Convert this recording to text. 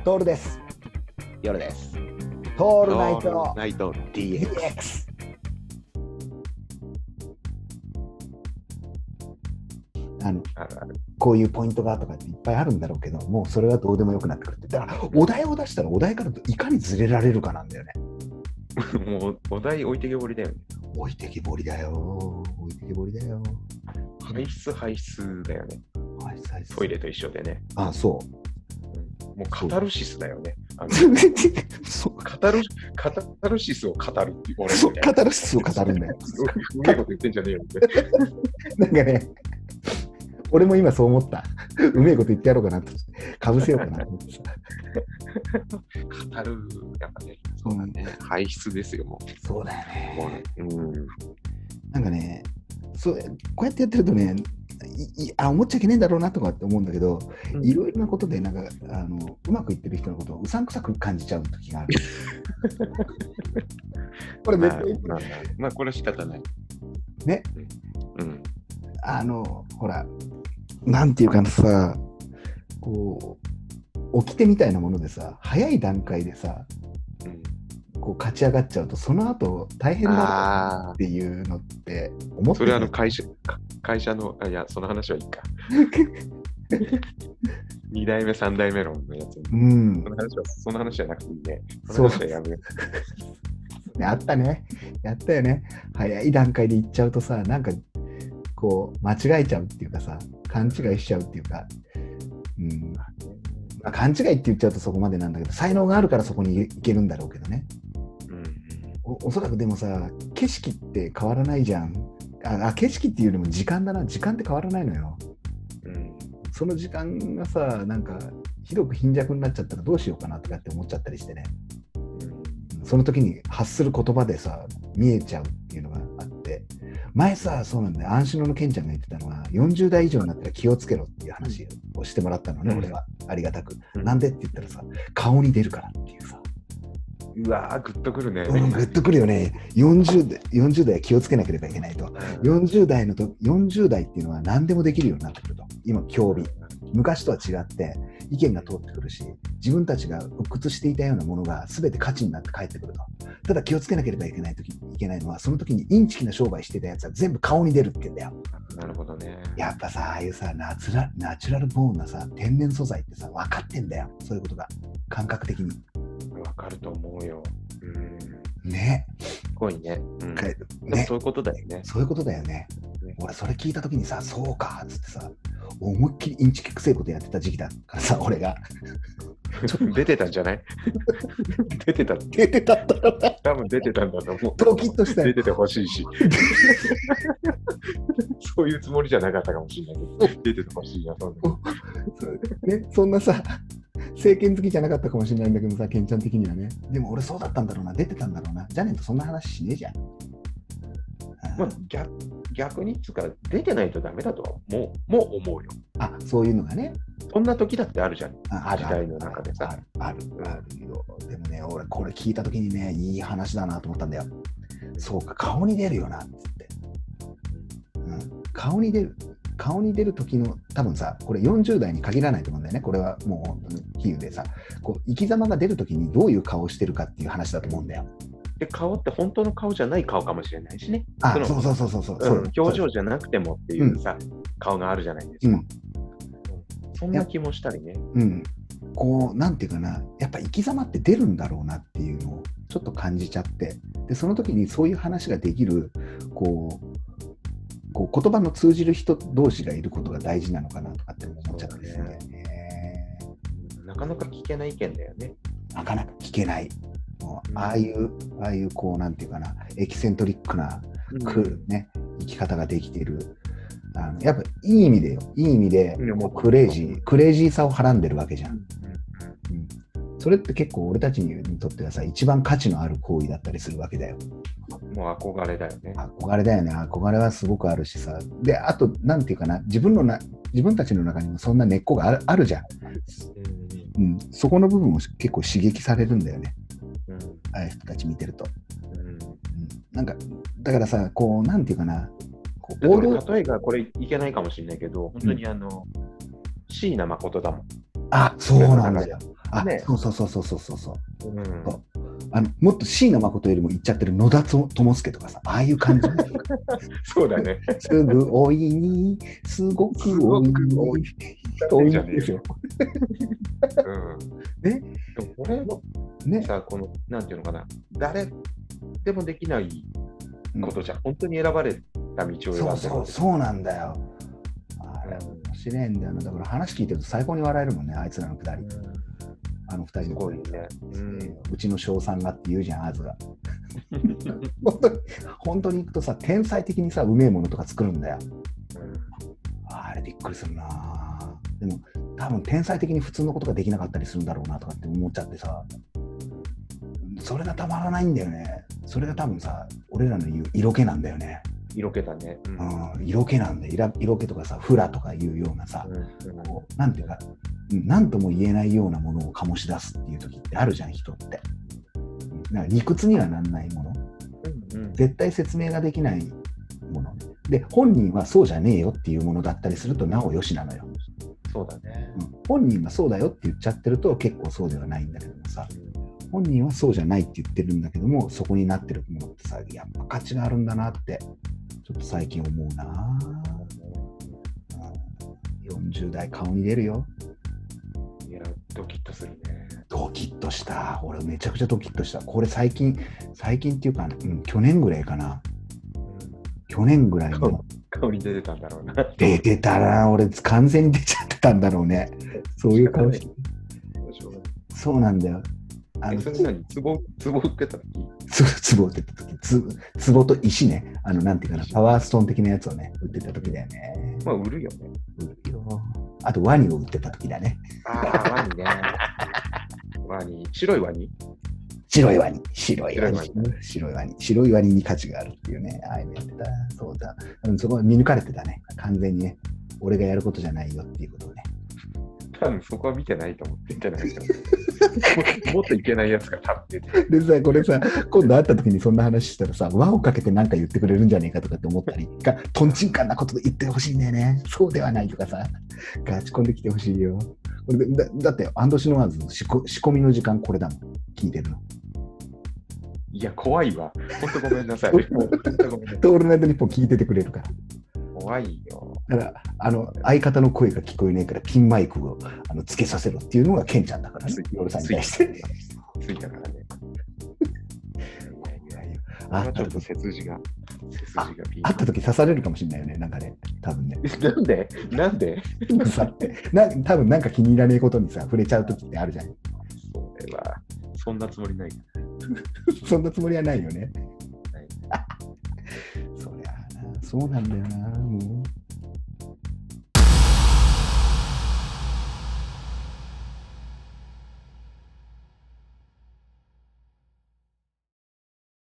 トールです。 夜です。 トールナイトナイト DX。 こういうポイントがとかっていっぱいあるんだろうけど、もうそれはどうでもよくなってくるって。だからお題を出したらお題からいかにずれられるかなんだよね。 もうお題置いてけぼりだよね。 置いてけぼりだよ。置いてけぼりだよ。 排出だよね。トイレと一緒でね。 あ、そう。 もうカタルシスだよね。カタルシスを語るっていう。 そう、カタルシスを語るんだよ。 うまいこと言ってんじゃねえよみたいな。なんかね、俺も今そう思った。うめえこと言ってやろうかなと。かぶせようかなと思ってさ。 語る、やっぱね、そうだね。排出ですよ、もう。 そうだよね。 なんかね、こうやってやってるとね、思っちゃいけないんだろうなとかって思うんだけど、いろいろなことでなんかうまくいってる人のことをうさんくさく感じちゃう時がある。これめっちゃまあこれは仕方ない。 ね。ほら、なんていうかさ、こう、掟みたいなものでさ、早い段階でさ、こう勝ち上がっちゃうと、その後大変だっていうのって思ってそれは会社の、いや、その話はいいか。2代目、3代目論のやつ。その話じゃなくていいね。その話はやめよう。あったね。やったよね。早い段階で行っちゃうとさ、なんか、こう、間違えちゃうっていうかさ、勘違いしちゃうっていうか、勘違いって言っちゃうとそこまでなんだけど、才能があるからそこに行けるんだろうけどね。おそらくでもさ、景色って変わらないじゃん。景色っていうよりも時間だな。時間って変わらないのよ。その時間がさ、なんかひどく貧弱になっちゃったらどうしようかなとかって思っちゃったりしてね。その時に発する言葉でさ、見えちゃうっていうのがあって、前さ、そうなんだよ、安心のケンちゃんが言ってたのは、40代以上になったら気をつけろっていう話をしてもらったのね、俺は。ありがたく。なんでって言ったらさ、顔に出るからっていうさ。 うわー、グッとくるね。 グッとくるよね。40代は気をつけなければいけないと。40代っていうのは何でもできるようになってくると。今、競技。昔とは違って意見が通ってくるし、自分たちが鬱屈していたようなものが全て価値になって帰ってくると。ただ気をつけなければいけないのは、その時にインチキな商売してたやつは全部顔に出るって言うんだよ。 なるほどね。 やっぱさ、ああいうさ、ナチュラルボーンなさ、天然素材ってさ、分かってんだよ。そういうことが。感覚的に。 分かると思うよ。 ね。 すごいね。でもそういうことだよね。 そういうことだよね。俺それ聞いたときにさ、そうかっつってさ、思いっきりインチキくせえことやってた時期だからさ、俺が。 出てたんじゃない？出てたんだろうな。 多分出てたんだと思う。 ドキッとしたよ。 出ててほしいし。そういうつもりじゃなかったかもしれないけど、出ててほしいな、 そんなさ、政権好きじゃなかったかもしれないんだけどさ、ケンちゃん的にはね。でも俺そうだったんだろうな、出てたんだろうな。じゃねえとそんな話しねえじゃん。 まあ、逆につか出てないとダメだとはもう思うよ。 そういうのがね。 そんな時だってあるじゃん。時代の中でさ。 あるよ。でもね、俺これ聞いた時にね、いい話だなと思ったんだよ。そうか、顔に出るよなっつって。顔に出る時の、多分さ、これ40代に限らないと思うんだよね。これはもう本当に比喩でさ、こう生き様が出る時にどういう顔をしてるかっていう話だと思うんだよ。 で、顔って本当の顔じゃない顔かもしれないしね。 そう。 表情じゃなくてもっていうさ、顔があるじゃないですか。そんな気もしたりね。 こう、なんていうかな、やっぱ生き様って出るんだろうなっていうのをちょっと感じちゃって、で、その時にそういう話ができる、こう言葉の通じる人同士がいることが大事なのかなとかって思っちゃったんですね。 なかなか聞けない意見だよね。 なかなか聞けない。ああいうこうなんていうかな、エキセントリックな、生き方ができている。やっぱいい意味でもうクレイジーさをはらんでるわけじゃん。それって結構俺たちにとってはさ、一番価値のある行為だったりするわけだよ。 もう憧れだよね。 憧れはすごくあるしさ。で、あとなんていうかな、自分たちの中にもそんな根っこがあるじゃん。そこの部分も結構刺激されるんだよね。ああいう人たち見てると。なんかだからさ、こうなんていうかな、 例えがこれいけないかもしれないけど、本当に椎名誠だもん。 あ、そうなんだよ。 ね、 そうそうそうそうそうそう。 うん、 そうもっと椎名誠よりも言っちゃってる野田智介とかさ、ああいう感じ。 そうだね。 すぐおいに、すごくおいに、 多いんですよ。 うん、ね、でもこれね、 さ、この、なんていうのかな、誰でもできないことじゃ、本当に選ばれた道を選んでる。 そうなんだよ。あれ、面白いんだよな。だから話聞いてると最高に笑えるもんね、あいつらのくだり。あの二人の。 すごいね。 うちの翔さんがって言うじゃん、アズが。本当に行くとさ、天才的にさ、うめえものとか作るんだよ。あれびっくりするな。でも、多分天才的に普通のことができなかったりするんだろうなとかって思っちゃってさ、それがたまらないんだよね。それが多分さ、俺らの言う色気なんだよね。 色気だね。 色気なんだよ。色気とかさ、フラとかいうようなさ、こうなんていうか、なんとも言えないようなものを醸し出すっていう時ってあるじゃん、人って。だから理屈にはなんないもの、絶対説明ができないもので、本人はそうじゃねえよっていうものだったりするとなおよしなのよ。 そうだね、 本人はそうだよって言っちゃってると結構そうではないんだけどもさ、本人はそうじゃないって言ってるんだけども、そこになってるものってさ、やっぱ価値があるんだなってちょっと最近思うな。40代顔に出るよ。 いや、ドキッとするね。 ドキッとした。俺めちゃくちゃドキッとした。これ最近っていうか、去年ぐらいかな。去年ぐらいの。 顔に出てたんだろうな。 出てたな。俺完全に出ちゃってたんだろうね。そういう顔して。そうなんだよ。 それ何ツボ売ってた時？ ツボ売ってた時。ツボと石ね。なんていうかな、パワーストーン的なやつをね、売ってた時だよね。 まあ、売るよね。 売るよ。あと、ワニを売ってた時だね。 ああ、ワニね。ワニ。白いワニに価値があるっていうね。ああいうのやってた。そうだ。そこは見抜かれてたね。完全にね。俺がやることじゃないよっていうことをね。 多分そこは見てないと思ってんじゃないですか。もっといけないやつが多分出てる。 でさ、これさ、今度会った時にそんな話したらさ、輪をかけて何か言ってくれるんじゃねえかとかって思ったり、とんちんかんなこと言ってほしいんだよね。そうではないとかさ、ガチ込んできてほしいよ。これだって、アンドシノワーズの仕込みの時間これだもん。聞いてるの。 いや、怖いわ。ほんとごめんなさい。ほんとごめんなさい。 オールナイトニッポン聞いててくれるから。 怖いよ。 だから相方の声が聞こえないからピンマイクをつけさせろっていうのがケンちゃんだからね、夜さんに対して。 ついたからね。 あちょっと背筋がピン。 会った時刺されるかもしれないよね、なんかね、多分ね。 なんでさって多分なんか気に入らねえことにさ、触れちゃう時ってあるじゃん。 それは、そんなつもりない。 そんなつもりはないよね。そりゃあな、そうなんだよな、もう。